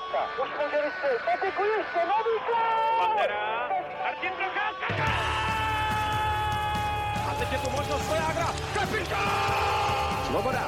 Už může vystřelit, Patiku ještě, nový gól! Pantera, Martin Procházka! A teď je tu možnost Svojágra, kapitán! Svoboda!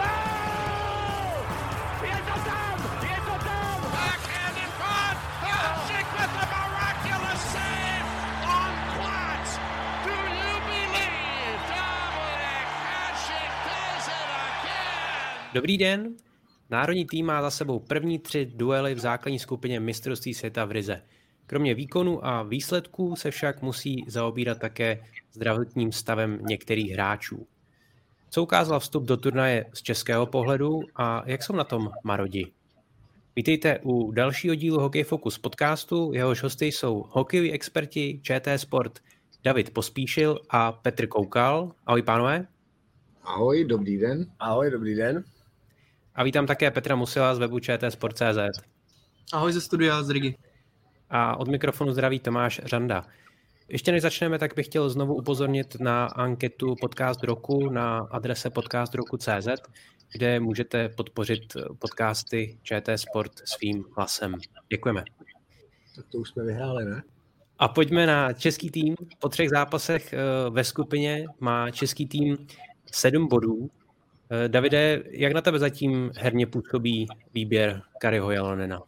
Gól! Je to tam! Je to tam! Backhand in front! Hasek with the miraculous save on Platz! Do you believe Dominik Hasek does it again? Dobrý den. Národní tým má za sebou první 3 duely v základní skupině mistrovství světa v Rize. Kromě výkonu a výsledků se však musí zaobírat také zdravotním stavem některých hráčů. Co ukázal vstup do turnaje z českého pohledu a jak jsou na tom Marodi? Vítejte u dalšího dílu Hokej Focus podcastu, jehož hosty jsou hokejoví experti ČT Sport David Pospíšil a Petr Koukal. Ahoj pánové. Ahoj, dobrý den. Ahoj, dobrý den. A vítám také Petra Musila z webu čtsport.cz. Ahoj ze studia z Rigy. A od mikrofonu zdraví Tomáš Řanda. Ještě než začneme, tak bych chtěl znovu upozornit na anketu Podcast roku na adrese podcastroku.cz, kde můžete podpořit podcasty ČT Sport svým hlasem. Děkujeme. Tak to už jsme vyhráli, ne? A pojďme na český tým. Po 3 zápasech ve skupině má český tým 7 bodů. Davide, jak na tebe zatím herně působí výběr Kariho Jalonena?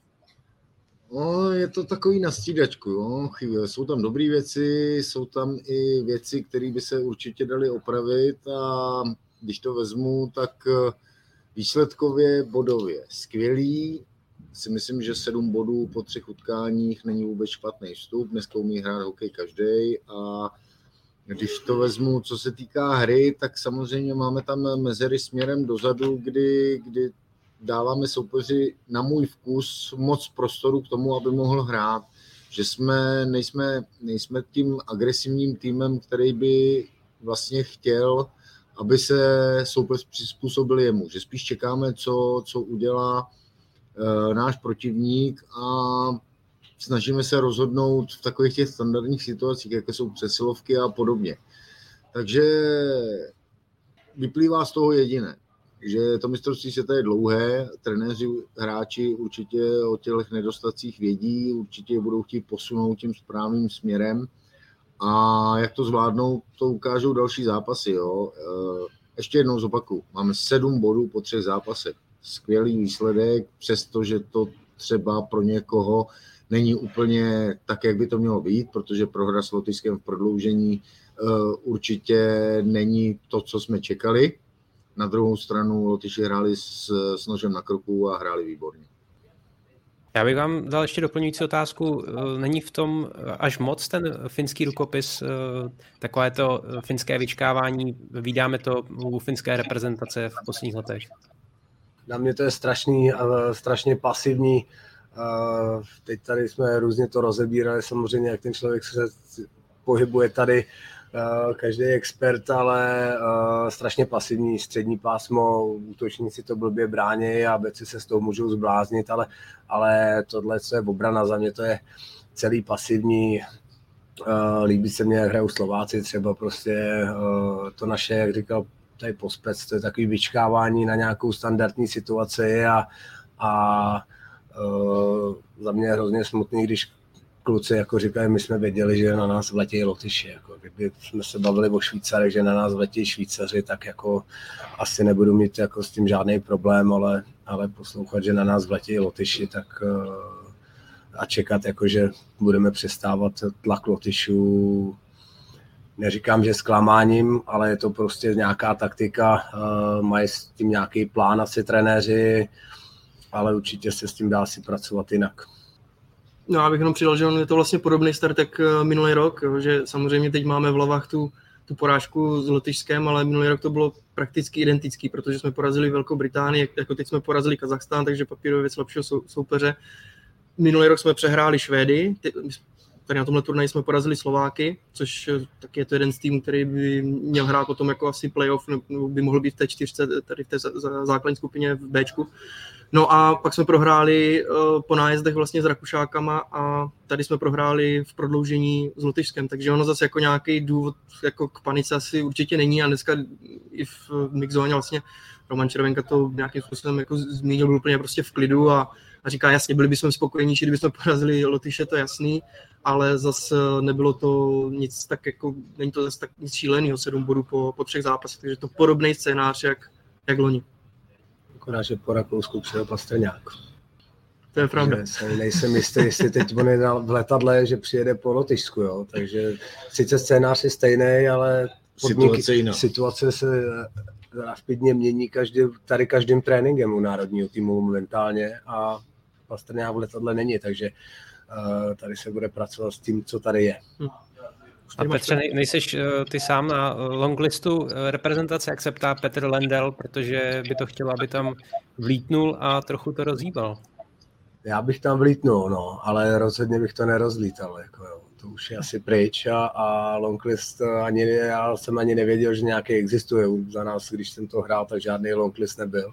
No, je to takový na střídačku. Jo. Jsou tam dobré věci, jsou tam i věci, které by se určitě daly opravit a když to vezmu, tak výsledkově, bodově skvělý. Si myslím, že 7 bodů po 3 utkáních není vůbec špatný vstup. Dneska umí hrát hokej každý a když to vezmu, co se týká hry, tak samozřejmě máme tam mezery směrem dozadu, kdy dáváme soupeři na můj vkus moc prostoru k tomu, aby mohl hrát. Že nejsme tím agresivním týmem, který by vlastně chtěl, aby se soupeř přizpůsobil jemu. Že spíš čekáme, co udělá náš protivník a snažíme se rozhodnout v takových těch standardních situacích, jako jsou přesilovky a podobně. Takže vyplývá z toho jediné, že to mistrovství světa je dlouhé, trenéři, hráči určitě o těch nedostacích vědí, určitě je budou chtít posunout tím správným směrem a jak to zvládnou, to ukážou další zápasy. Jo. Ještě jednou zopakuju, máme 7 bodů po 3 zápasech. Skvělý výsledek, přestože to třeba pro někoho není úplně tak, jak by to mělo být, protože prohra s Lotyšskem v prodloužení určitě není to, co jsme čekali. Na druhou stranu Lotyši hráli s nožem na kroku a hráli výborně. Já bych vám dal ještě doplňující otázku. Není v tom až moc ten finský rukopis, takové to finské vyčkávání? Vídáme to u finské reprezentace v posledních letech? Na mě to je strašně pasivní. Teď tady jsme různě to rozebírali, samozřejmě, jak ten člověk se pohybuje tady, každý je expert, ale strašně pasivní, střední pásmo, útočníci to blbě brání a beci se s tou můžou zbláznit, ale tohle, co je obrana, za mě to je celý pasivní. Líbí se mně, jak hrajou Slováci, třeba prostě to naše, jak říkal tady Pospec, to je takový vyčkávání na nějakou standardní situaci a za mě je hrozně smutný, když kluci jako říkají, my jsme věděli, že na nás vletějí Lotyši. Jako, kdyby jsme se bavili o Švýcarech, že na nás vletějí Švýcaři, tak jako asi nebudu mít jako s tím žádný problém, ale poslouchat, že na nás vletějí Lotyši, tak a čekat, jako, že budeme přestávat tlak Lotyšů. Neříkám, že zklamáním, ale je to prostě nějaká taktika, mají s tím nějaký plán asi trenéři, ale určitě se s tím dá si pracovat jinak. No, já bych jenom přidal, že on je to vlastně podobný start jak minulý rok, jo, že samozřejmě teď máme v hlavách tu porážku s Lotyšskem, ale minulý rok to bylo prakticky identický, protože jsme porazili Velkou Británii, jako teď jsme porazili Kazachstán, takže papírově slabšího soupeře. Minulý rok jsme přehráli Švédy, tady na tomhle turnaji jsme porazili Slováky, což taky je to jeden z týmů, který by měl hrát potom jako asi playoff, nebo by mohl být v té 4, tady v té základní skupině v Bčku. No a pak jsme prohráli po nájezdech vlastně s Rakušákama a tady jsme prohráli v prodloužení s Lotyšskem, takže ono zase jako nějaký důvod jako k panice asi určitě není a dneska i v mixzóně vlastně Roman Červenka to nějakým způsobem jako zmínil, byl úplně prostě v klidu a a říká, jasně, byli bychom spokojenější, kdybychom porazili Lotyše, to jasný, ale zase nebylo to nic tak jako, není to zase tak nic šílenýho, 7 bodů po 3 zápasech, takže to podobný scénář, jak loni. Akorát, že po Rakousku přijel Pastrňák. To je pravda. Nejsem jistý, jestli teď on je v letadle, že přijede po Lotyšsku, jo. Takže sice scénář je stejný, ale situace se rapidně mění každým tréninkem u národního týmu momentálně a Pastrňák v letadle není, takže tady se bude pracovat s tím, co tady je. A Petře, nejseš ty sám na longlistu reprezentace, jak se ptá Petr Lendl, protože by to chtěl, aby tam vlítnul a trochu to rozhýbal. Já bych tam vlítnul, no, ale rozhodně bych to nerozlítal. Jako, jo. To už je asi pryč a longlist já jsem ani nevěděl, že nějaký existuje. Za nás, když jsem to hrál, tak žádný longlist nebyl.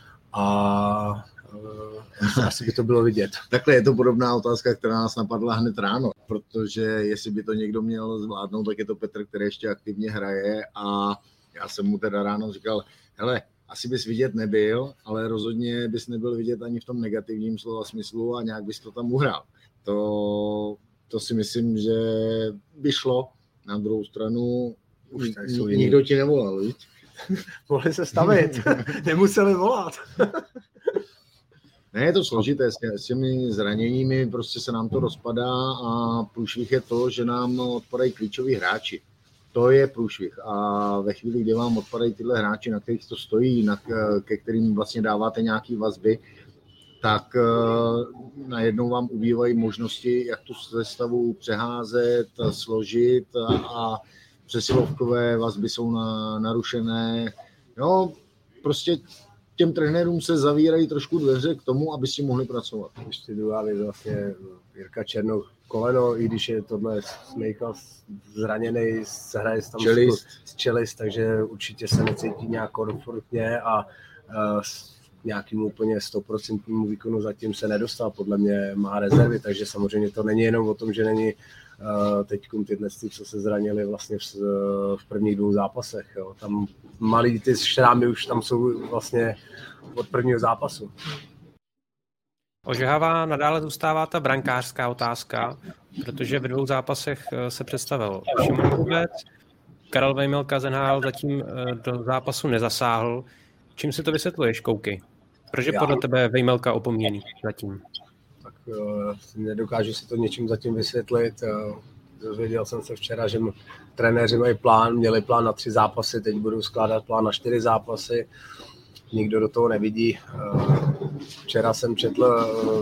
A asi by to bylo vidět. Takhle je to podobná otázka, která nás napadla hned ráno, protože jestli by to někdo měl zvládnout, tak je to Petr, který ještě aktivně hraje a já jsem mu teda ráno říkal, hele, asi bys vidět nebyl, ale rozhodně bys nebyl vidět ani v tom negativním slova smyslu a nějak bys to tam uhrál. To si myslím, že by šlo. Na druhou stranu už nikdo ti nevolal, víš? Mohli se stavit, nemuseli volat. Ne, je to složité, s těmi zraněními prostě se nám to rozpadá a průšvih je to, že nám odpadají klíčoví hráči. To je průšvih a ve chvíli, kdy vám odpadají tyhle hráči, na kterých to stojí, ke kterým vlastně dáváte nějaké vazby, tak najednou vám ubývají možnosti, jak tu sestavu přeházet, složit a přesilovkové vazby jsou narušené. No, prostě těm trenérům se zavírají trošku dveře k tomu, aby si mohli pracovat. Ještě druhá věc, vlastně Jirka Černoch koleno, i když je tohle Smejkal zraněný, se hraje tam čelist, takže určitě se necítí nějak komfortně a s nějakým úplně 100% výkonu zatím se nedostal, podle mě má rezervy, takže samozřejmě to není jenom o tom, že není teďkum tyhle, co se zranili vlastně v prvních 2 zápasech. Jo. Tam malý ty šrámy už tam jsou vlastně od prvního zápasu. Ožehavá nadále zůstává ta brankářská otázka, protože ve 2 zápasech se představil Šimon Hrubec, Karel Vejmelka z NHL zatím do zápasu nezasáhl. Čím si to vysvětluješ, Kouky? Proč je podle tebe Vejmelka opomíjený zatím? Tak nedokážu si to něčím zatím vysvětlit. Dozvěděl jsem se včera, že trenéři měli plán na 3 zápasy, teď budou skládat plán na 4 zápasy. Nikdo do toho nevidí. Včera jsem četl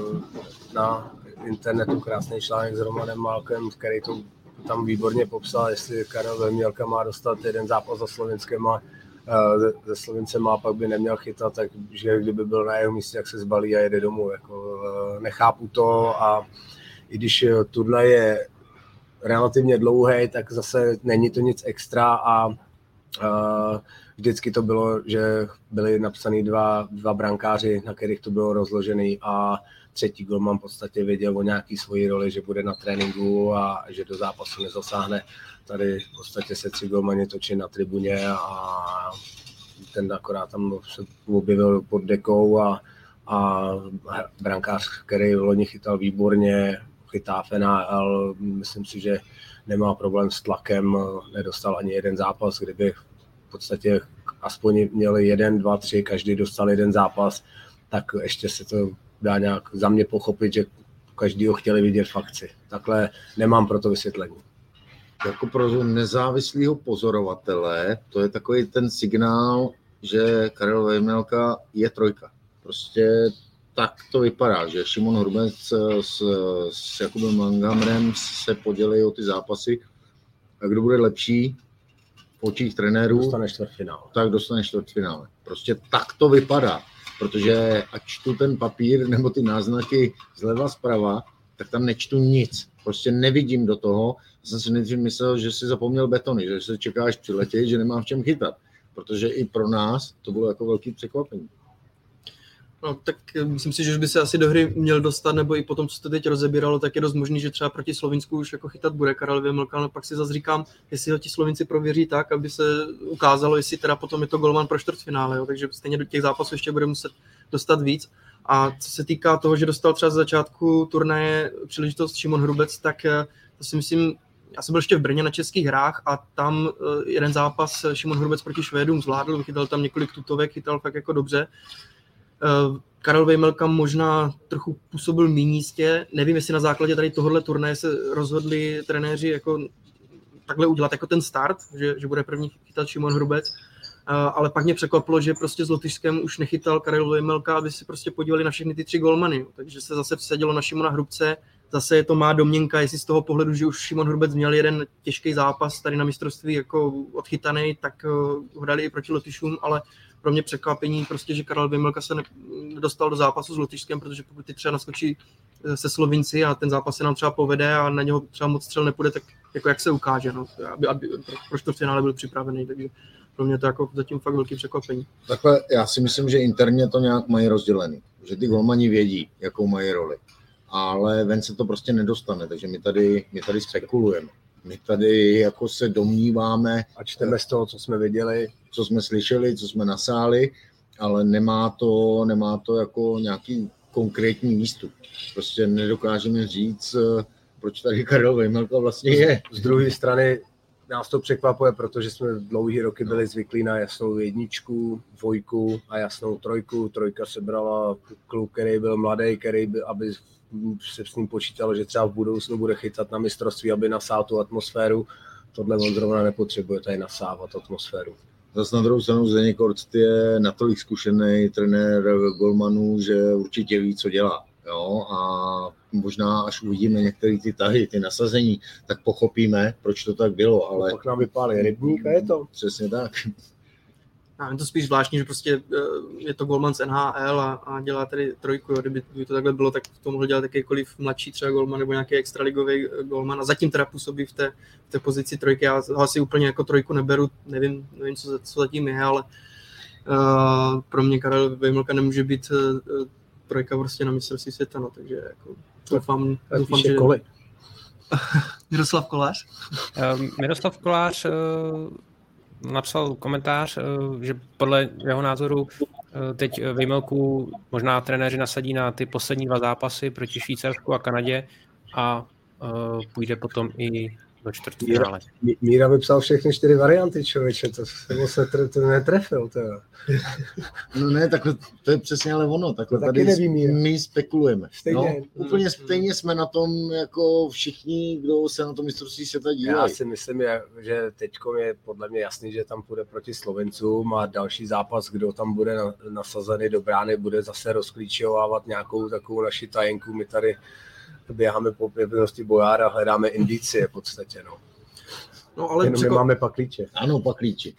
na internetu krásný článek s Romanem Málkem, který to tam výborně popsal, jestli Karel Vejmelka má dostat 1 zápas za Slovinskem a ze Slovincem a pak by neměl chytat, takže kdyby byl na jeho místě, jak se zbalí a jede domů. Jako, nechápu to a i když turné je relativně dlouhý, tak zase není to nic extra a vždycky to bylo, že byli napsaný dva brankáři, na kterých to bylo rozložený a 3. golman v podstatě věděl o nějaký svoji roli, že bude na tréninku a že do zápasu nezasáhne. Tady v podstatě se 3 golmani točí na tribuně a ten akorát tam se objevil pod dekou a brankář, který loni chytal výborně, chytá v NHL, myslím si, že nemá problém s tlakem, nedostal ani 1 zápas, kdyby v podstatě aspoň měli 1, 2, 3, každý dostal 1 zápas, tak ještě se to dá nějak za mě pochopit, že každýho chtěli vidět v akci. Takhle nemám pro to vysvětlení. Jako pro nezávislého pozorovatele, to je takový ten signál, že Karel Vejmelka je 3. Prostě tak to vypadá, že Šimon Hrubec s Jakubem Langhammerem se podělí o ty zápasy a kdo bude lepší v očích trenérů, dostane čtvrtfinále. Tak dostane čtvrtfinále. Prostě tak to vypadá, protože ať čtu ten papír nebo ty náznaky zleva zprava, tak tam nečtu nic. Prostě nevidím do toho. Jsem si nejdřív myslel, že si zapomněl betony, že se čeká, až přiletět, že nemám v čem chytat. Protože i pro nás to bylo jako velký překvapení. No, tak myslím si, že by se asi do hry měl dostat, nebo i potom, co to teď rozebíralo, tak je dost možný, že třeba proti Slovinsku už jako chytat bude Karel Vejmelka, ale pak si zase říkám, jestli ho ti Slovinci prověří tak, aby se ukázalo, jestli teda potom je to golman pro čtvrtfinále, jo? Takže stejně do těch zápasů ještě bude muset dostat víc. A co se týká toho, že dostal třeba z začátku turnaje příležitost Šimon Hrubec, tak to si myslím, já jsem byl ještě v Brně na Českých hrách a tam jeden zápas Šimon Hrubec proti Švédům zvládl, vychytal tam několik tutovek, chytal fakt jako dobře. Karel Vejmelka možná trochu působil mínístě, nevím, jestli na základě tady tohohle turnaje se rozhodli trenéři jako takhle udělat jako ten start, že bude první chytat Šimon Hrubec, ale pak mě překvapilo, že prostě s Lotyšskem už nechytal Karel Vejmelka, aby si prostě podívali na všechny ty 3 golmany, takže se zase vsadilo na Šimona Hrubce, zase je to má domněnka, jestli z toho pohledu, že už Šimon Hrubec měl jeden těžký zápas tady na mistrovství jako odchytaný, tak ho dali i proti Lotyšům, ale pro mě překvapení prostě, že Karel Vejmelka se nedostal do zápasu s Lotyšskem, protože pokud ty třeba naskočí se Slovinci a ten zápas se nám třeba povede a na něho třeba moc střel nepůjde, tak jako jak se ukáže, no, proč to v finále byl připravený, takže pro mě to jako zatím fakt velký překvapení. Takhle já si myslím, že interně to nějak mají rozdělený, že ty golmani vědí, jakou mají roli, ale ven se to prostě nedostane, takže my tady spekulujeme. My tady jako se domníváme a čteme z toho, co jsme viděli, co jsme slyšeli, co jsme nasáli, ale nemá to jako nějaký konkrétní výstup. Prostě nedokážeme říct, proč tady Karel Vejmelka vlastně je. Z druhé strany nás to překvapuje, protože jsme dlouhý roky byli zvyklí na jasnou 1, 2 a jasnou 3. 3 se brala kluk, který byl mladý, aby se s ním počítalo, že třeba v budoucnu bude chytat na mistrovství, aby nasál tu atmosféru. Tohle on zrovna nepotřebuje tady nasávat atmosféru. Zase na druhou stranu Zdeněk Orct je natolik zkušený trenér golmanů, že určitě ví, co dělá. Jo? A možná až uvidíme některé ty tahy, ty nasazení, tak pochopíme, proč to tak bylo. Ale pak nám vypálí rybník a je to. Přesně tak. Je to spíš zvláštní, že prostě je to golman z NHL a dělá tady 3. Kdyby to takhle bylo, tak to mohl dělat jakýkoliv mladší třeba golman nebo nějaký extraligový golman a zatím teda působí v té pozici 3. Já ho asi úplně jako 3 neberu, nevím co zatím je, ale pro mě Karel Vejmelka nemůže být 3 prostě na mistrovství světa, no, takže jako doufám, že... Kolik? Miroslav Kolář? Miroslav Kolář napsal komentář, že podle jeho názoru teď Vejmelku možná trenéři nasadí na ty poslední 2 zápasy proti Švýcarsku a Kanadě a půjde potom i do čtvrtfinále. Míra vypsal všechny 4 varianty, člověče, to netrefil. Teda. No ne, takhle, to je přesně ale ono, takhle to tady nevím, my spekulujeme. Stejně, no, úplně stejně jsme na tom jako všichni, kdo se na to mistrovství světa dívají. Já si myslím, že teďko je podle mě jasný, že tam půjde proti Slovencům a další zápas, kdo tam bude nasazený do brány, bude zase rozklíčovávat nějakou takovou naši tajenku. My tady běháme po pevnosti Bojára a hledáme indicie v podstatě, no. No, ale jenom nemáme paklíče. Ano, paklíči.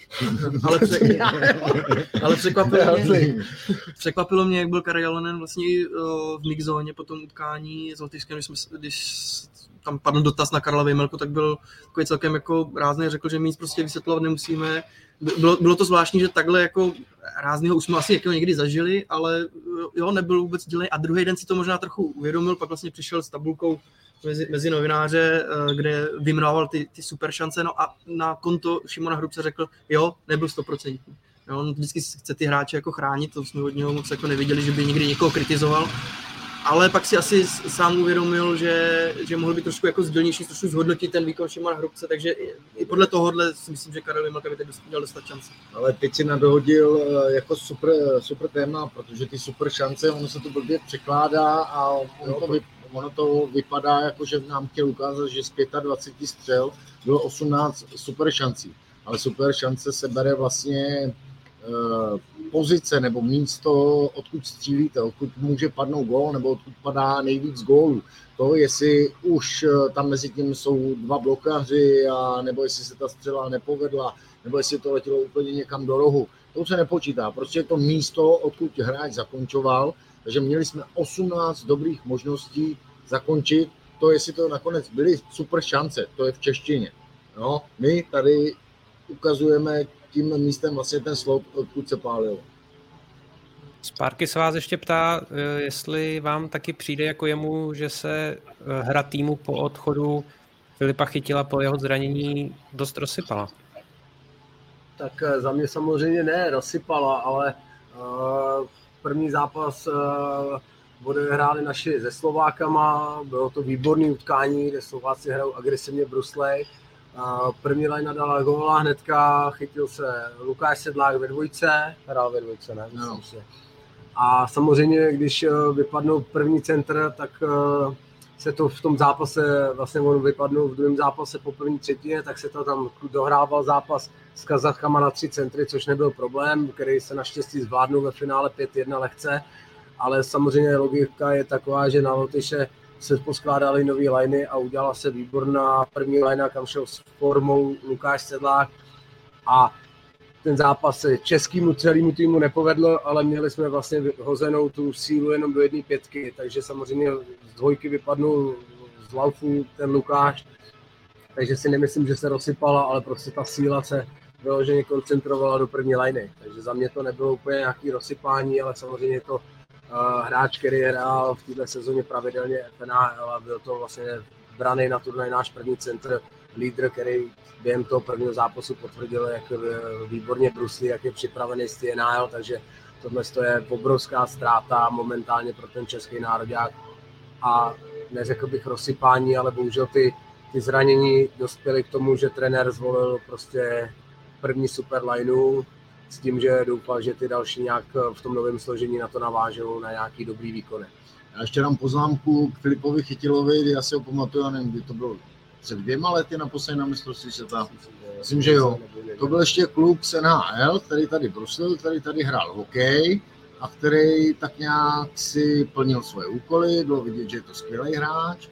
ale překvapilo mě, jak byl Kari Jalonen vlastně v mixzóně po tom utkání s Lotyšskem, když tam padl dotaz na Karla Vejmelku, tak byl takový celkem jako rázný, řekl, že my nic prostě vysvětlovat nemusíme. Bylo to zvláštní, že takhle jako ráznýho už jsme asi jakého někdy zažili, ale jo, nebyl vůbec dělej. A druhý den si to možná trochu uvědomil, pak vlastně přišel s tabulkou mezi novináře, kde vyjmenoval ty super šance, no a na konto Šimona Hrubce řekl, jo, nebyl 100%. Jo, on vždycky chce ty hráče jako chránit, to jsme od něho moc jako neviděli, že by někdy někoho kritizoval, ale pak si asi sám uvědomil, že mohl být trošku jako sdělnější, trošku zhodnotit ten výkon Šimona Hrubce, takže i podle tohohle si myslím, že Karel Vejmelka by teď měl dostat šance. Ale teď si nadohodil jako super téma, protože ty super šance, ono se to blbě překládá a ono to vypadá jako, že nám chtěl ukázat, že z 25 střel bylo 18 super šancí. Ale super šance se bere vlastně pozice nebo místo, odkud střílíte, odkud může padnout gól nebo odkud padá nejvíc gólů. To, jestli už tam mezi tím jsou 2 blokaři, a nebo jestli se ta střela nepovedla, nebo jestli to letělo úplně někam do rohu. To se nepočítá. Prostě je to místo, odkud hráč zakončoval. Takže měli jsme 18 dobrých možností zakončit. To, jestli to nakonec byly super šance, to je v češtině. No, my tady ukazujeme tím místem vlastně ten slot, odkud se pálilo. Sparky se vás ještě ptá, jestli vám taky přijde jako jemu, že se hra týmu po odchodu Filipa Chytila po jeho zranění dost rozsypala. Tak za mě samozřejmě ne rozsypala, ale první zápas odehráli naši se Slovákama, bylo to výborné utkání, kde Slováci hrajou agresivně bruslej. První lajna dala góla, hnedka chytil se Lukáš Sedlák ve dvojce, hrál ve dvojce, ne? No. A samozřejmě, když vypadnou první centr, tak se to v tom zápase, vlastně on vypadnul v druhém zápase po první třetině, tak se to tam dohrával zápas s Kazachama na 3 centry, což nebyl problém, který se naštěstí zvládnul ve finále 5-1 lehce, ale samozřejmě logika je taková, že na Lotyše se poskládaly nový liny a udělala se výborná první lina, kam šel s formou Lukáš Sedlák a ten zápas se českému celému týmu nepovedl, ale měli jsme vlastně hozenou tu sílu jenom do 1/5, takže samozřejmě z dvojky vypadnul z laufu ten Lukáš, takže si nemyslím, že se rozsypala, ale prostě ta síla se vyloženě koncentrovala do první liny, takže za mě to nebylo úplně nějaký rozsypání, ale samozřejmě je to hráč, který hrál v této sezóně pravidelně FNHL a byl to vlastně braný na turnaj náš první centr, lídr, který během toho prvního zápasu potvrdil, jak výborně bruslí, jak je připravený z NHL, takže tohle je obrovská ztráta momentálně pro ten český nároďák. A neřekl bych rozsypání, ale bohužel ty zranění dospěly k tomu, že trenér zvolil prostě první super lineu s tím, že doufal, že ty další nějak v tom novém složení na to navážou na nějaký dobrý výkony. Já ještě dám poznámku k Filipovi Chytilovi, já si ho pamatuju, nevím, kdy to bylo před 2 lety naposledy na mistrovství světa. Myslím, že jo. To byl ještě klub z NHL, který tady bruslil, který tady hrál hokej a který tak nějak si plnil svoje úkoly, bylo vidět, že je to skvělý hráč,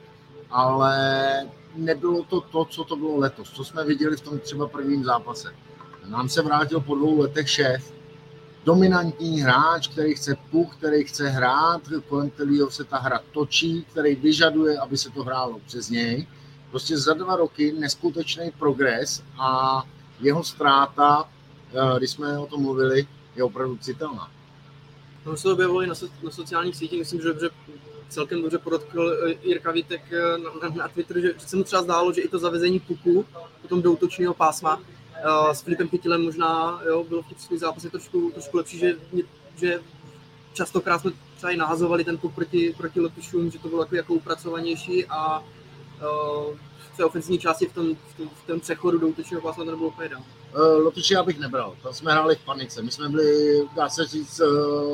ale nebylo to, co to bylo letos, co jsme viděli v tom třeba prvním zápase. Nám se vrátil po 2 letech šéf, dominantní hráč, který chce puch, který chce hrát, kolem kterého se ta hra točí, který vyžaduje, aby se to hrálo přes něj. Prostě za 2 roky neskutečný progres a jeho ztráta, když jsme o tom mluvili, je opravdu citelná. No, se objevovali na sociálních sítích, myslím, že celkem dobře podotkl Jirka Vítek na Twitteru, že se mu třeba zdálo, že i to zavezení puku potom do útočního pásma s Filipem Chytilem možná bylo v těch svých zápasech trošku lepší, že častokrát jsme třeba i nahazovali ten puk proti Lotyšům, že to bylo jako upracovanější a v té ofenzivní části v tom přechodu do útočního pásma to nebylo úplně dál. Lotyši já bych nebral, tam jsme hráli v panice, my jsme byli, dá se říct,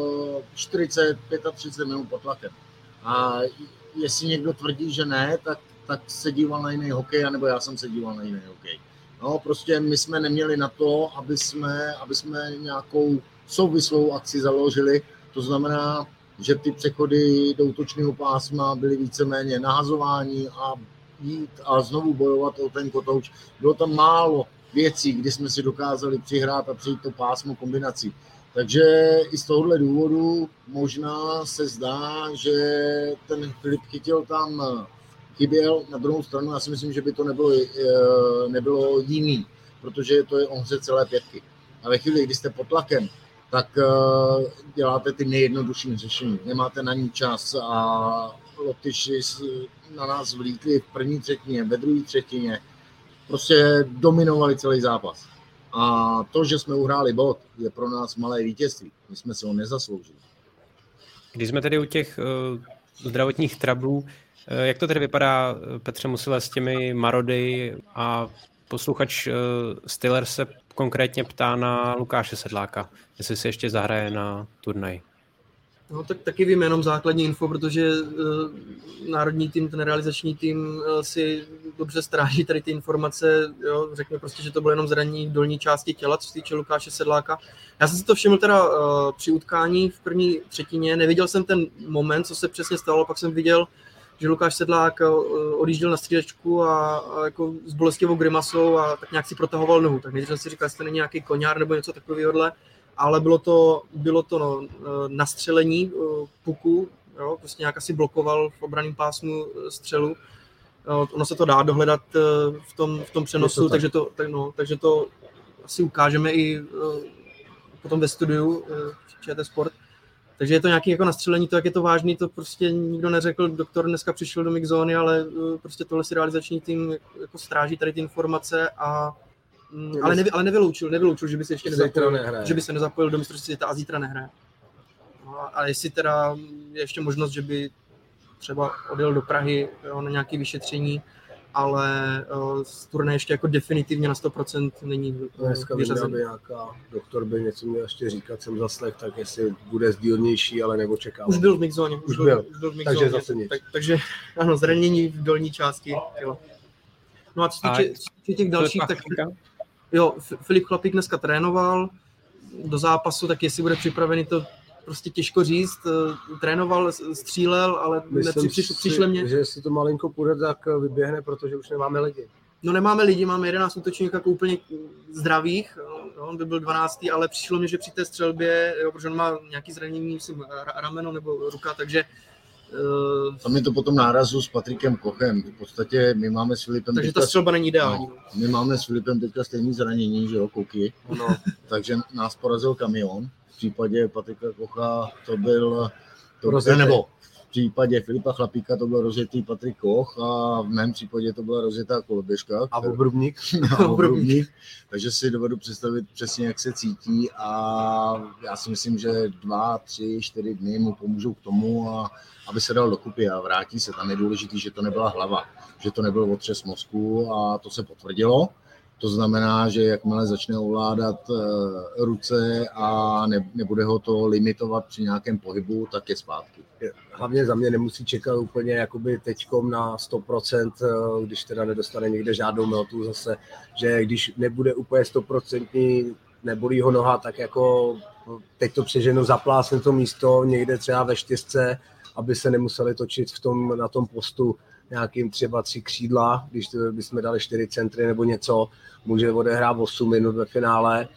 40-35 minut pod tlakem. A jestli někdo tvrdí, že ne, tak se díval na jiný hokej, anebo já jsem se díval na jiný hokej. No, prostě my jsme neměli na to, aby jsme nějakou souvislou akci založili. To znamená, že ty přechody do útočného pásma byly víceméně nahazování a jít a znovu bojovat o ten kotouč. Bylo tam málo věcí, kdy jsme si dokázali přihrát a přijít to pásmo kombinací. Takže i z tohohle důvodu možná se zdá, že ten Filip Chytil tam chyběl. Na druhou stranu já si myslím, že by to nebylo jiný, protože to je o hře celé 5. A ve chvíli, kdy jste pod tlakem, tak děláte ty nejjednodušší řešení. Nemáte na ní čas a Lotyši na nás vlítli v první třetině, ve druhé třetině. Prostě dominovali celý zápas. A to, že jsme uhráli bod, je pro nás malé vítězství. My jsme si ho nezasloužili. Když jsme tedy u těch zdravotních trablů, jak to tedy vypadá, Petře Musile, s těmi marody a posluchač Stiller se konkrétně ptá na Lukáše Sedláka, jestli se ještě zahraje na turnaj. No tak taky vím jenom základní info, protože národní tým, ten realizační tým si dobře stráží tady ty informace, jo, řekne prostě, že to bylo jenom zranění dolní části těla, co se týče Lukáše Sedláka. Já jsem si to všiml teda při utkání v první třetině, neviděl jsem ten moment, co se přesně stalo, pak jsem viděl, že Lukáš Sedlák odjížděl na střídačku a jako s bolestivou grimasou a tak nějak si protahoval nohu. Tak než jsem si říkal, jestli to není nějaký koňár nebo něco takového, ale bylo to nastřelení puku, jo, prostě nějak asi blokoval v obranném pásmu střelu. Ono se to dá dohledat v tom přenosu, takže to asi ukážeme i potom ve studiu ČT Sport. Takže je to nějaké jako nastřelení, to jak je to vážný, to prostě nikdo neřekl, doktor dneska přišel do mixzóny, ale prostě tohle si realizační tým jako stráží tady ty informace ale nevyloučil, že by se ještě nezapojil do mistrovství světa a zítra nehraje. No, A jestli teda je ještě možnost, že by třeba odjel do Prahy, jo, na nějaké vyšetření, ale z turné ještě jako definitivně na 100% není vyřazený. Nějaká doktor by něco měl ještě říkat, jsem zaslech, tak jestli bude zdílnější, ale neočekávám. Už byl v mixzóně. Už byl v mixzóně, takže zase nic. Takže ano, zranění v dolní části. Jo. No a co se týče těch dalších, tak jo, Filip Chlapík dneska trénoval do zápasu, tak jestli bude připravený, to prostě těžko říct. Trénoval, střílel, ale přišle mě. Že jestli to malinko půjde, tak vyběhne, protože už nemáme lidi. No nemáme lidi, máme 11 útočníků jako úplně zdravých, on by byl 12, ale přišlo mě, že při té střelbě, jo, protože on má nějaký zranění, myslím, rameno nebo ruka, takže tam je to potom nárazu s Patrikem Kochem. V podstatě my máme s Filipem... Takže ta střelba není ideální. No, my máme s Filipem teďka stejný zranění, že jo, Koky. No. Takže nás porazil kamion. V případě Patrika Kocha to byl... Nebo v případě Filipa Chlapíka to byl rozjetý Patrik Koch a v mém případě to byla rozjetá koloběžka. A obrubník. Takže si dovedu představit přesně, jak se cítí a já si myslím, že 2, 3, 4 dny mu pomůžou k tomu, aby se dal dokupy a vrátí se. Tam je důležitý, že to nebyla hlava, že to nebyl otřes mozku a to se potvrdilo. To znamená, že jakmile začne ovládat ruce a nebude ho to limitovat při nějakém pohybu, tak je zpátky. Hlavně za mě nemusí čekat úplně jakoby teďkom na 100%, když teda nedostane někde žádnou meltu zase, že když nebude úplně 100%, nebolí ho noha, tak jako teď to přeženu, zaplásne to místo někde třeba ve 4, aby se nemuseli točit na tom postu nějakým třeba 3 křídla, když bychom dali 4 centry nebo něco, může odehrát 8 minut ve finále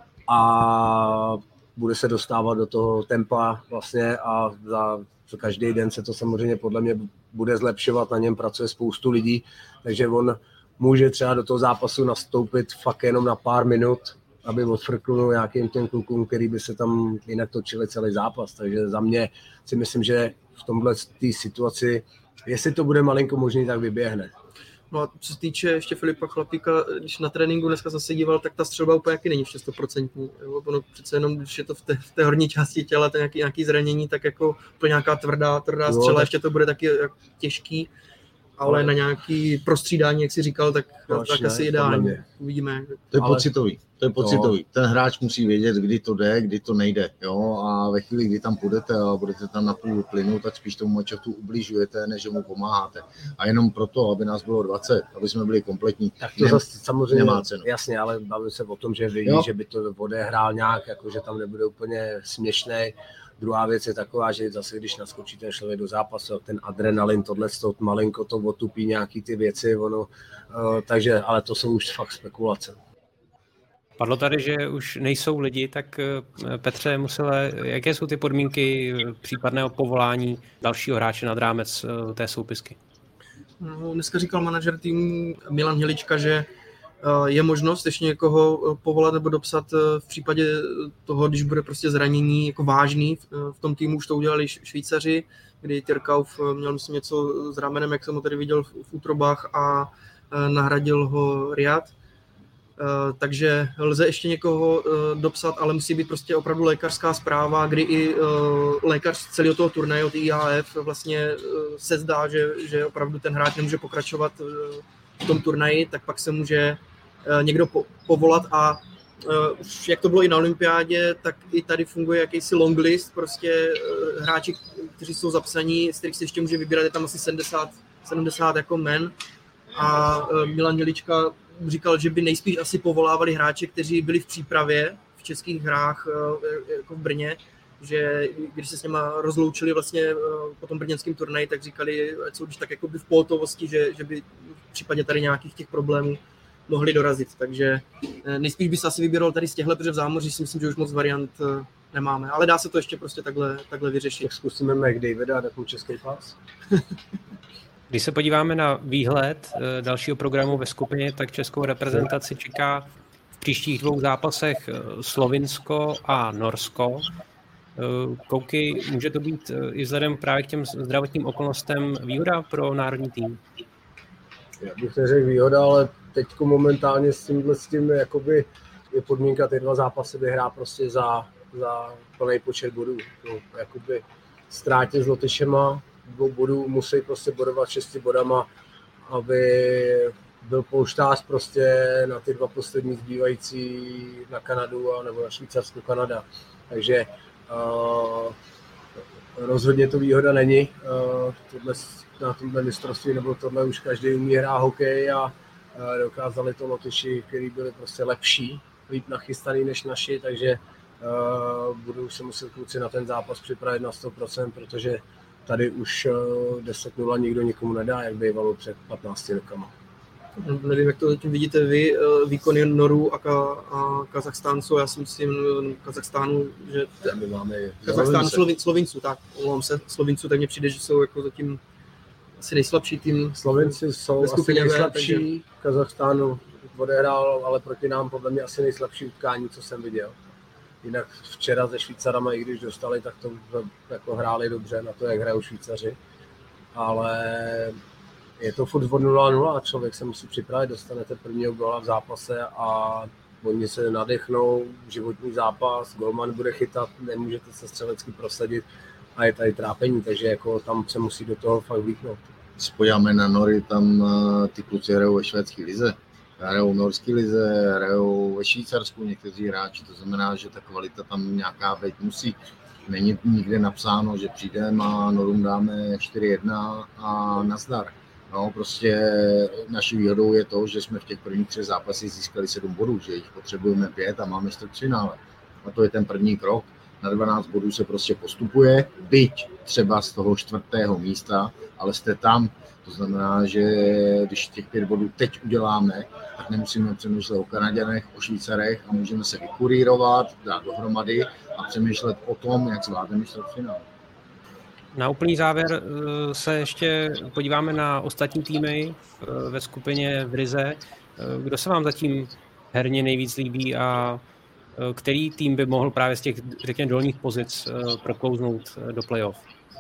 a bude se dostávat do toho tempa vlastně a za každý den se to samozřejmě podle mě bude zlepšovat, na něm pracuje spoustu lidí, takže on může třeba do toho zápasu nastoupit fakt jenom na pár minut, aby odfrknul nějakým těm klukům, který by se tam jinak točili celý zápas, takže za mě si myslím, že v tomhle situaci jestli to bude malinko možný, tak vyběhne. No a co se týče ještě Filipa Chlapíka, když na tréninku dneska zase díval, tak ta střelba úplně jaký není ještě 100%. Ono přece jenom, když je to v té horní části těla, to nějaký zranění, tak jako úplně nějaká tvrdá střela, ještě to bude taky těžký, ale na nějaký prostřídání, jak jsi říkal, tak asi ideální. Uvidíme. To je pocitový. Ten hráč musí vědět, kdy to jde, kdy to nejde. Jo? A ve chvíli, kdy tam půjdete a budete tam na půl plynu, tak spíš tomu manšaftu ubližujete, než mu pomáháte. A jenom proto, aby nás bylo 20, aby jsme byli kompletní, tak to zase samozřejmě nemá cenu. Jasně, ale bavím se o tom, že ví, že by to odehrál nějak, jako že tam nebude úplně směšnej. Druhá věc je taková, že zase když naskočí ten člověk do zápasu, ten adrenalin, tohle malinko to otupí nějaký ty věci, takže, ale to jsou už fakt spekulace. Padlo tady, že už nejsou lidi, tak Petře Musile, jaké jsou ty podmínky případného povolání dalšího hráče nad rámec té soupisky? No, dneska říkal manažer týmu Milan Helička, že je možnost ještě někoho povolat nebo dopsat v případě toho, když bude prostě zranění jako vážný. V tom týmu už to udělali Švýcaři, kdy Tyrkauf měl myslím něco s ramenem, jak jsem ho tady viděl v útrobách a nahradil ho Riad. Takže lze ještě někoho dopsat, ale musí být prostě opravdu lékařská zpráva, kdy i lékař celého toho turnaje od IAF vlastně se zdá, že opravdu ten hráč nemůže pokračovat v tom turnaji, tak pak se může někdo povolat a už jak to bylo i na olympiádě, tak i tady funguje jakýsi long list, prostě hráči, kteří jsou zapsaní, z kterých se ještě může vybírat, je tam asi 70 jako men a Milan Helička říkal, že by nejspíš asi povolávali hráče, kteří byli v přípravě v českých hrách jako v Brně, že když se s něma rozloučili vlastně po tom brněnském turnaji, tak říkali, ať jsou když tak jako by v pohotovosti, že by v případě tady nějakých těch problémů mohli dorazit. Takže nejspíš by se asi vybíral tady z těchhle, protože v zámoří si myslím, že už moc variant nemáme. Ale dá se to ještě prostě takhle vyřešit. Tak zkusíme McDavida a takový český pás. Když se podíváme na výhled dalšího programu ve skupině, tak českou reprezentaci čeká v příštích 2 zápasech Slovinsko a Norsko. Kouky, může to být i vzhledem právě k těm zdravotním okolnostem výhoda pro národní tým? Já bych neřekl výhoda, ale teď momentálně s tím jakoby je podmínka ty 2 zápasy vyhrát prostě za za plný počet bodů. Jakoby ztrátě s Lotyšema 2 bodů musí prostě bodovat 6 bodama, aby byl polštář prostě na ty 2 poslední zbývající na Kanadu nebo na Švýcarsko-Kanada. Takže rozhodně to výhoda není. Na tomhle mistrovství nebo tohle už každý umí hrát hokej a dokázali to Lotyši, kteří byli prostě lepší, líp nachystaný než naši, takže budou se muset kluci na ten zápas připravit na 100%, protože tady už 10-0 nikdo nikomu nedá, jak bývalo před 15 rokama. Nevím, jak to zatím vidíte vy, výkony Norů a Kazachstánců. Já si myslím Kazachstánu, že my máme Kazachstánu, Slovinců, tak omlouvám se, Slovinců, tak mně přijde, že jsou jako zatím asi nejslabší tým. Slovinci jsou asi nejslabší, takže Kazachstánu odehrál, ale proti nám podle mě asi nejslabší utkání, co jsem viděl. Jinak včera se Švýcarama, i když dostali, tak to jako hráli dobře na to, jak hrajou Švýcaři. Ale je to furt 0-0 a člověk se musí připravit, dostanete prvního góla v zápase a oni se nadechnou, životní zápas, golman bude chytat, nemůžete se střelecky prosadit a je tady trápení, takže jako tam se musí do toho fakt vlíknout. Když se podíváme na Nory, tam ty kluci hrajou ve švédské lize, hrajou v norské lize, hrajou ve Švýcarsku někteří hráči, to znamená, že ta kvalita tam nějaká být musí. Není nikde napsáno, že přijdeme a Norům dáme 4-1 a nazdar. No, prostě naší výhodou je to, že jsme v těch prvních 3 zápasech získali 7 bodů, že jich potřebujeme 5 a máme čtvrtfinále. A to je ten první krok. Na 12 bodů se prostě postupuje, byť třeba z toho 4. místa, ale jste tam. To znamená, že když těch 5 bodů teď uděláme, tak nemusíme přemýšlet o Kanaďanech, o Švýcarech a můžeme se vykurírovat, dát dohromady a přemýšlet o tom, jak zvládneme čtvrtfinále. Na úplný závěr se ještě podíváme na ostatní týmy ve skupině v Rize. Kdo se vám zatím herně nejvíc líbí a který tým by mohl právě z těch, řekněme, dolních pozic proklouznout do playoff?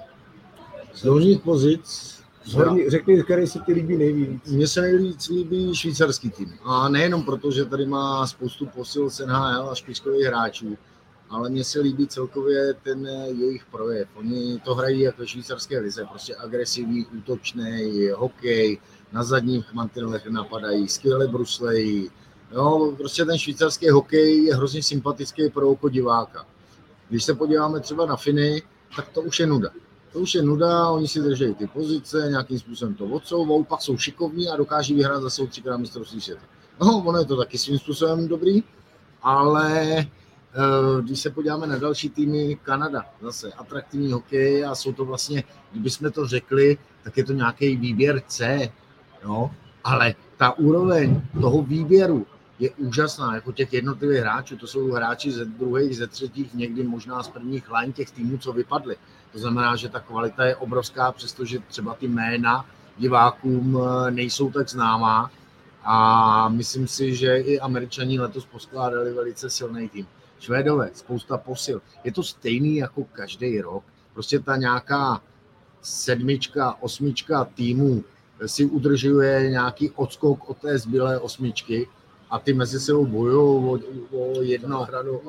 Z dolních pozic? Řekni, který se ti líbí nejvíc. Mně se nejvíc líbí švýcarský tým. A nejenom proto, že tady má spoustu posil z NHL a špičkových hráčů, ale mně se líbí celkově ten jejich projev. Oni to hrají jako ve švýcarské lize, prostě agresivní, útočný hokej, na zadních mantinelech napadají, skvěle bruslejí. Jo, prostě ten švýcarský hokej je hrozně sympatický pro oko diváka. Když se podíváme třeba na Finy, tak to už je nuda. To už je nuda, oni si drží ty pozice, nějakým způsobem to odsouvou, pak jsou šikovní a dokáží vyhrát zase 3krát mistrovství světa. No, ono je to taky svým způsobem dobrý, ale když se podíváme na další týmy, Kanada, zase atraktivní hokej a jsou to vlastně, kdybychom to řekli, tak je to nějaký výběr C, no, ale ta úroveň toho výběru je úžasná, jako těch jednotlivých hráčů, to jsou hráči ze druhých, ze třetích, někdy možná z prvních line těch týmů, co vypadly. To znamená, že ta kvalita je obrovská, přestože třeba ty jména divákům nejsou tak známá a myslím si, že i Američani letos poskládali velice silný tým. Švédové, spousta posil. Je to stejný jako každý rok. Prostě ta nějaká 7, 8 týmů si udržuje nějaký odskok od té zbylé 8 a ty mezi sebou bojují o jedno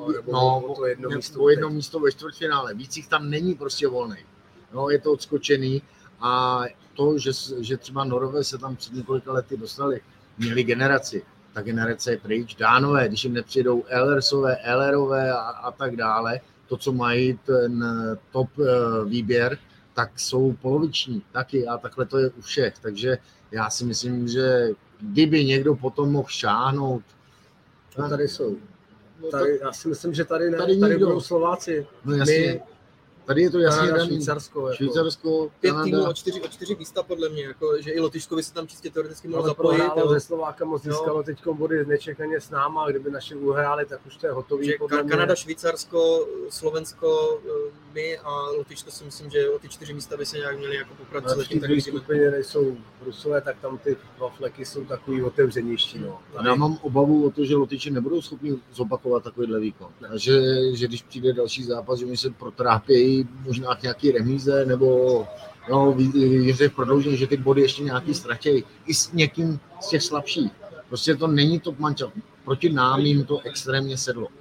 místo ve čtvrtfinále. Víc jich tam není prostě volný. No, je to odskočený a to, že třeba Norové se tam před několika lety dostali, měli generaci. Ta generace je pryč. Dánové, když jim nepřijdou Ellerové a tak dále, to, co mají ten top výběr, tak jsou poloviční taky a takhle to je u všech. Takže já si myslím, že kdyby někdo potom mohl šáhnout. No, tady jsou. Tady, já si myslím, že tady budou Slováci. No jasně. Tady je to jasně daný. Švýcarsko, 5 týmů o 4 místa podle mě, jako, že i Lotyšsko by se tam čistě teoreticky mohlo zapojit. Ze Slováka moc získalo teďko body nečekaně s náma, a kdyby naši uhráli, tak už to je hotový. Kanada, Švýcarsko, Slovensko, my a Lotyšsko si myslím, že o ty 4 místa by se nějak měli jako popracovat. V té skupině nejsou Rusové, tak tam ty dva fleky jsou takový otevřenější. No. Já mám obavu o to, že Lotyši nebudou schopni zopakovat takovýhle výkon. Že když přijde další zápas, že oni se protrápějí možná k nějaký remíze, nebo že v prodloužení, že ty body ještě nějaký ztratějí. I s někým z těch slabších. Prostě to není top mančat. Proti nám jim to extrémně sedlo.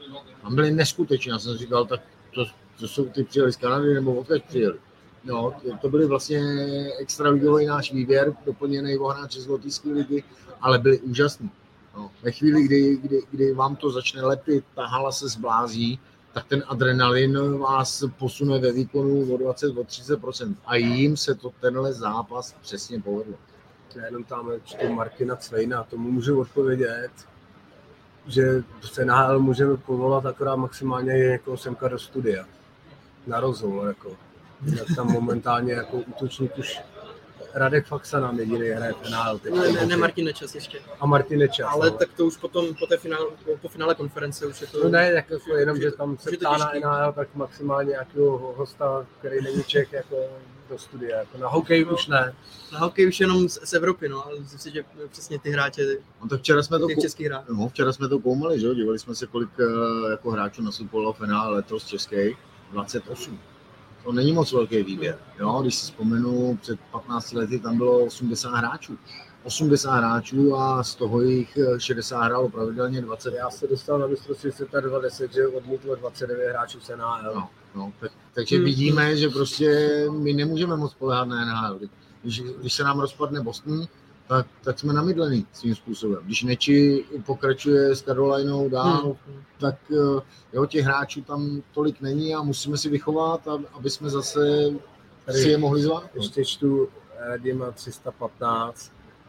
Tam byli neskuteční, já jsem říkal, tak to jsou ty přijeli z Kanady nebo odkud přijeli. No, to byly vlastně extraligový náš výběr, doplněný o hráče z Lotyšské ligy, ale byli úžasní. No, ve chvíli, kdy vám to začne lepit, ta hala se zblází, tak ten adrenalin vás posune ve výkonu o 20-30%. A jim se to tenhle zápas přesně povedlo. Já jenom tam čtu Martina Cvejna, tomu můžu odpovědět, že se NHL můžeme povolat akorát maximálně někoho semka do studia. Na rozhovor, jako. Jak tam momentálně jako útočník už Radek Faksa nám jediný hraje v NHL. Ne, Martin Nečas ještě. A Martin Nečas. Ale no. tak to už potom po finále konference už je to... No ne, jako jenom, že tam se ptá na NHL, tak maximálně nějakého hosta, který není Čech, jako do studia. Jako na hokej už ne. Na hokej už jenom z Evropy, no, ale myslím si, že přesně ty hráče, no, tak včera jsme těch českých hráčů. No, včera jsme to koumali, že jo, dívali jsme se, kolik jako hráčů nastupovalo v finále letos českých, 28. To není moc velký výběr. Jo? Když si vzpomenu, před 15 lety tam bylo 80 hráčů. 80 hráčů a z toho jich 60 hrálo pravidelně 20. Já se dostal na mistrovství světa 20, že odmítlo 29 hráčů z NHL. No, takže vidíme, že prostě my nemůžeme moc spoléhat na NHL. Když se nám rozpadne Boston, tak jsme namydlený svým způsobem. Když Neči pokračuje s Carolinou dál, tak jo, těch hráčů tam tolik není a musíme si vychovat, aby jsme zase si je mohli zvát. Ještě čtu Dima 315.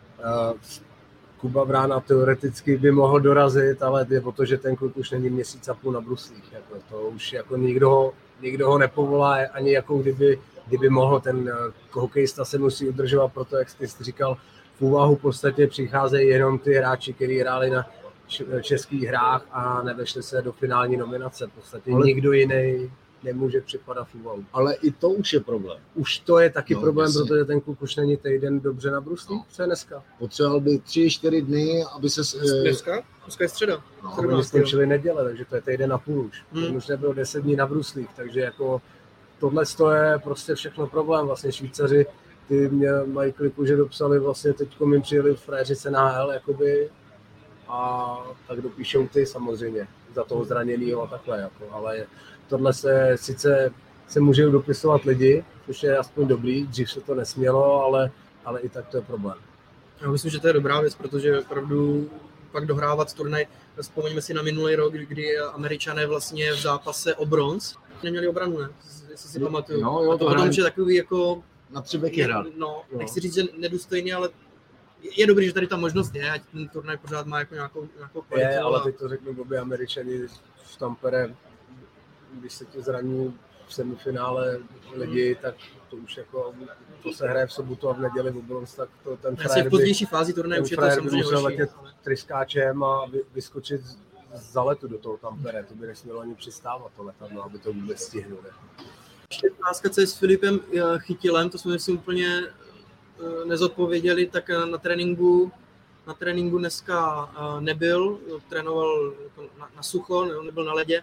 Kuba Brána teoreticky by mohl dorazit, ale je o to, že ten kluk už není měsíc a půl na bruslích. Jako to už jako nikdo ho nepovolá, ani jako kdyby mohl. Ten hokejista se musí udržovat, proto jak jsi říkal, v úvahu v podstatě přicházejí jenom ty hráči, kteří hráli na českých hrách a nevešli se do finální nominace. V podstatě nikdo jiný nemůže připadat v úvahu. Ale i to už je problém. Už to je taky problém, jasně. Protože ten kluk už není týden dobře na bruslích. Co je dneska? Potřeboval by 3-4 dny, aby se... Dneska je středa. Oni skončili neděle, takže to je týden a půl už. Už nebylo 10 dní na bruslích, takže jako tohle je prostě všechno problém. Vlastně Švýcaři ty mě mají kliku, že dopsali vlastně teďko mi přijeli frajeři z NHL, jakoby, a tak dopíšou ty samozřejmě za toho zraněnýho a takhle, jako, ale tohle sice se můžou dopisovat lidi, což je aspoň dobrý, dřív se to nesmělo, ale i tak to je problém. Já myslím, že to je dobrá věc, protože opravdu pak dohrávat turnaj, vzpomeňme si na minulý rok, kdy Američané vlastně v zápase o bronz neměli obranu, ne? Jestli si pamatuju. Jo, a to potom, že takový jako na 3 beky hrát. No, nechci říct, že nedůstojný, ale je dobrý, že tady ta možnost je, ať ten turnaj pořád má jako nějakou kvalitu. Je, ale teď to řeknu, obě Američani v Tampere, když se ti zraní v semifinále lidi, tak to už jako, to se hraje v sobotu a v neděli v bronz, tak to ten frajer v pozdější fázi turnaje už je to samozřejmě musel letět tryskáčem a vyskočit za letu do toho Tampere, to by nesmělo ani přistávat to letadlo, aby to vůbec stihnuli. Ještě otázka, co je s Filipem Chytilem, to jsme si úplně nezodpověděli, tak na tréninku dneska nebyl, trénoval na sucho, nebyl na ledě,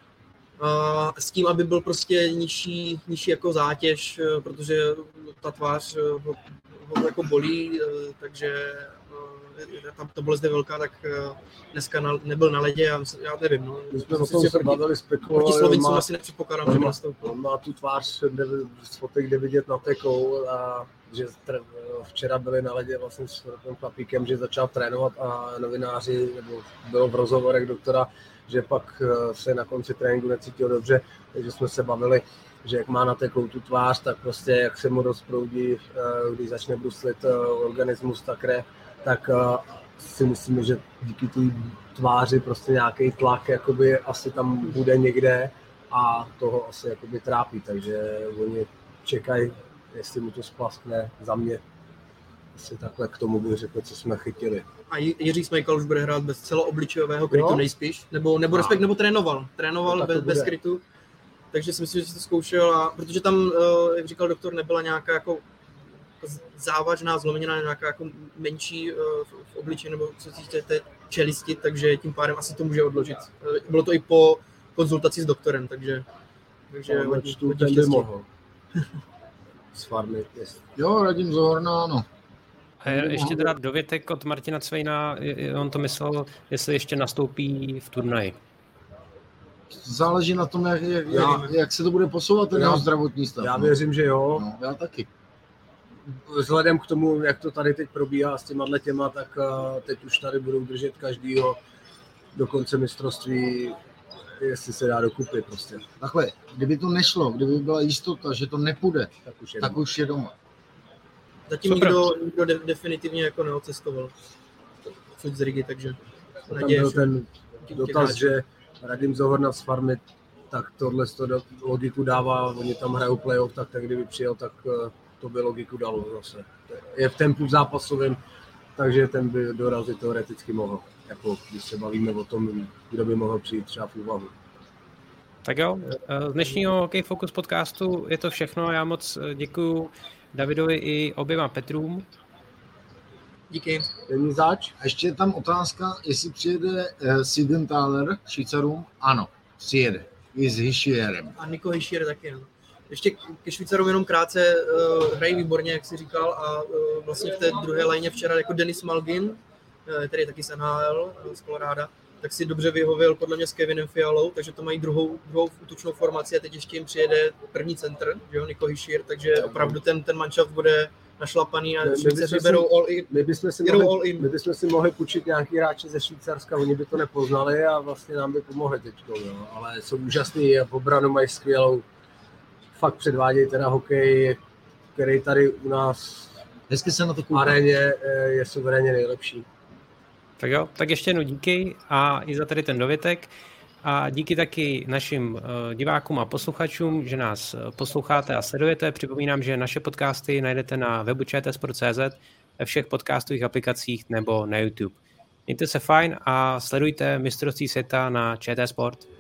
s tím, aby byl prostě nižší jako zátěž, protože ta tvář ho jako bolí, takže tam to bolest je velká, tak dneska nebyl na ledě a já nevím. No. My jsme o tom se bavili, spekulovali. Proti Slovincům asi nepředpokládám, že nastoupil. On má tu tvář z fotek, kde vidět na tekou a že včera byli na ledě vlastně s Rokem Chlapíkem, že začal trénovat a novináři, nebo bylo v rozhovorech doktora, že pak se na konci tréninku necítil dobře, takže jsme se bavili, že jak má na tekou tu tvář, tak prostě jak se mu rozproudí, když začne bruslit organismus, tak si myslíme, že díky té tváři prostě nějaký tlak jakoby asi tam bude někde a toho asi jakoby trápí, takže oni čekají, jestli mu to splaskne za mě. Asi takhle k tomu bych řekl, co jsme chytili. A Jiří Smejkal už bude hrát bez celoobličejového krytu nejspíš? Nebo trénoval no, bez krytu? Takže si myslím, že si to zkoušel, a protože tam, jak říkal doktor, nebyla nějaká jako závažná zlomenina, nějaká jako menší v obličeji, nebo co se týče té čelisti, takže tím pádem asi to může odložit. Bylo to i po konzultaci s doktorem, takže ten by mohl. Z farmy. Jo, Radim Zohorna, ano. A ještě teda dovětek od Martina Cvejna, on to myslel, jestli ještě nastoupí v turnaji. záleží na tom, jak se to bude posouvat, ten jeho zdravotní stav. Já věřím, že jo. No, já taky. Vzhledem k tomu, jak to tady teď probíhá s těma, tak teď už tady budou držet každýho do konce mistrovství, jestli se dá dokupit prostě. Takhle, kdyby to nešlo, kdyby byla jistota, že to nepůjde, tak už je doma. Zatím nikdo definitivně jako neocestoval z Rigy, takže tam byl ten dotaz, že Radim Zohorna z Farmy, tak tohle logiku dává, oni tam hrajou playoff, tak kdyby přijel, tak to by logiku dalo zase. Je v tempu zápasovém, takže ten by dorazit teoreticky mohl. Jako když se bavíme o tom, kdo by mohl přijít třeba v úvahu. Tak jo, z dnešního Hokej Focus podcastu je to všechno. Já moc děkuju Davidovi i oběma Petrům. Díky. Není zač. A ještě je tam otázka, jestli přijede Siegenthaler Švýcarům. Ano, přijede. I s Hischierem. A Nico Hischier taky, no. Ještě ke Švýcarům jenom krátce, hrají výborně, jak jsi říkal, a vlastně v té druhé lajně včera jako Denis Malgin, který je taky z NHL, z Colorada, tak si dobře vyhověl podle mě s Kevinem Fialou, takže to mají druhou útočnou formaci a teď ještě jim přijede první centr, že jo, Nico Hischier, takže opravdu ten manšaft bude našlapaný a Švýcaři berou all in. My bychom si mohli půjčit nějaký hráče ze Švýcarska, oni by to nepoznali a vlastně nám by pomohli teďko, jo. Ale jsou úžasný a v obranu mají skvělou. Fakt předvádějí teda hokej, který tady u nás hezky se na to v aréně je suverénně nejlepší. Tak jo, tak ještě jednou díky a i za tady ten dovětek. A díky taky našim divákům a posluchačům, že nás posloucháte a sledujete. Připomínám, že naše podcasty najdete na webu čtsport.cz, ve všech podcastových aplikacích nebo na YouTube. Mějte se fajn a sledujte mistrovství světa na ČT Sport.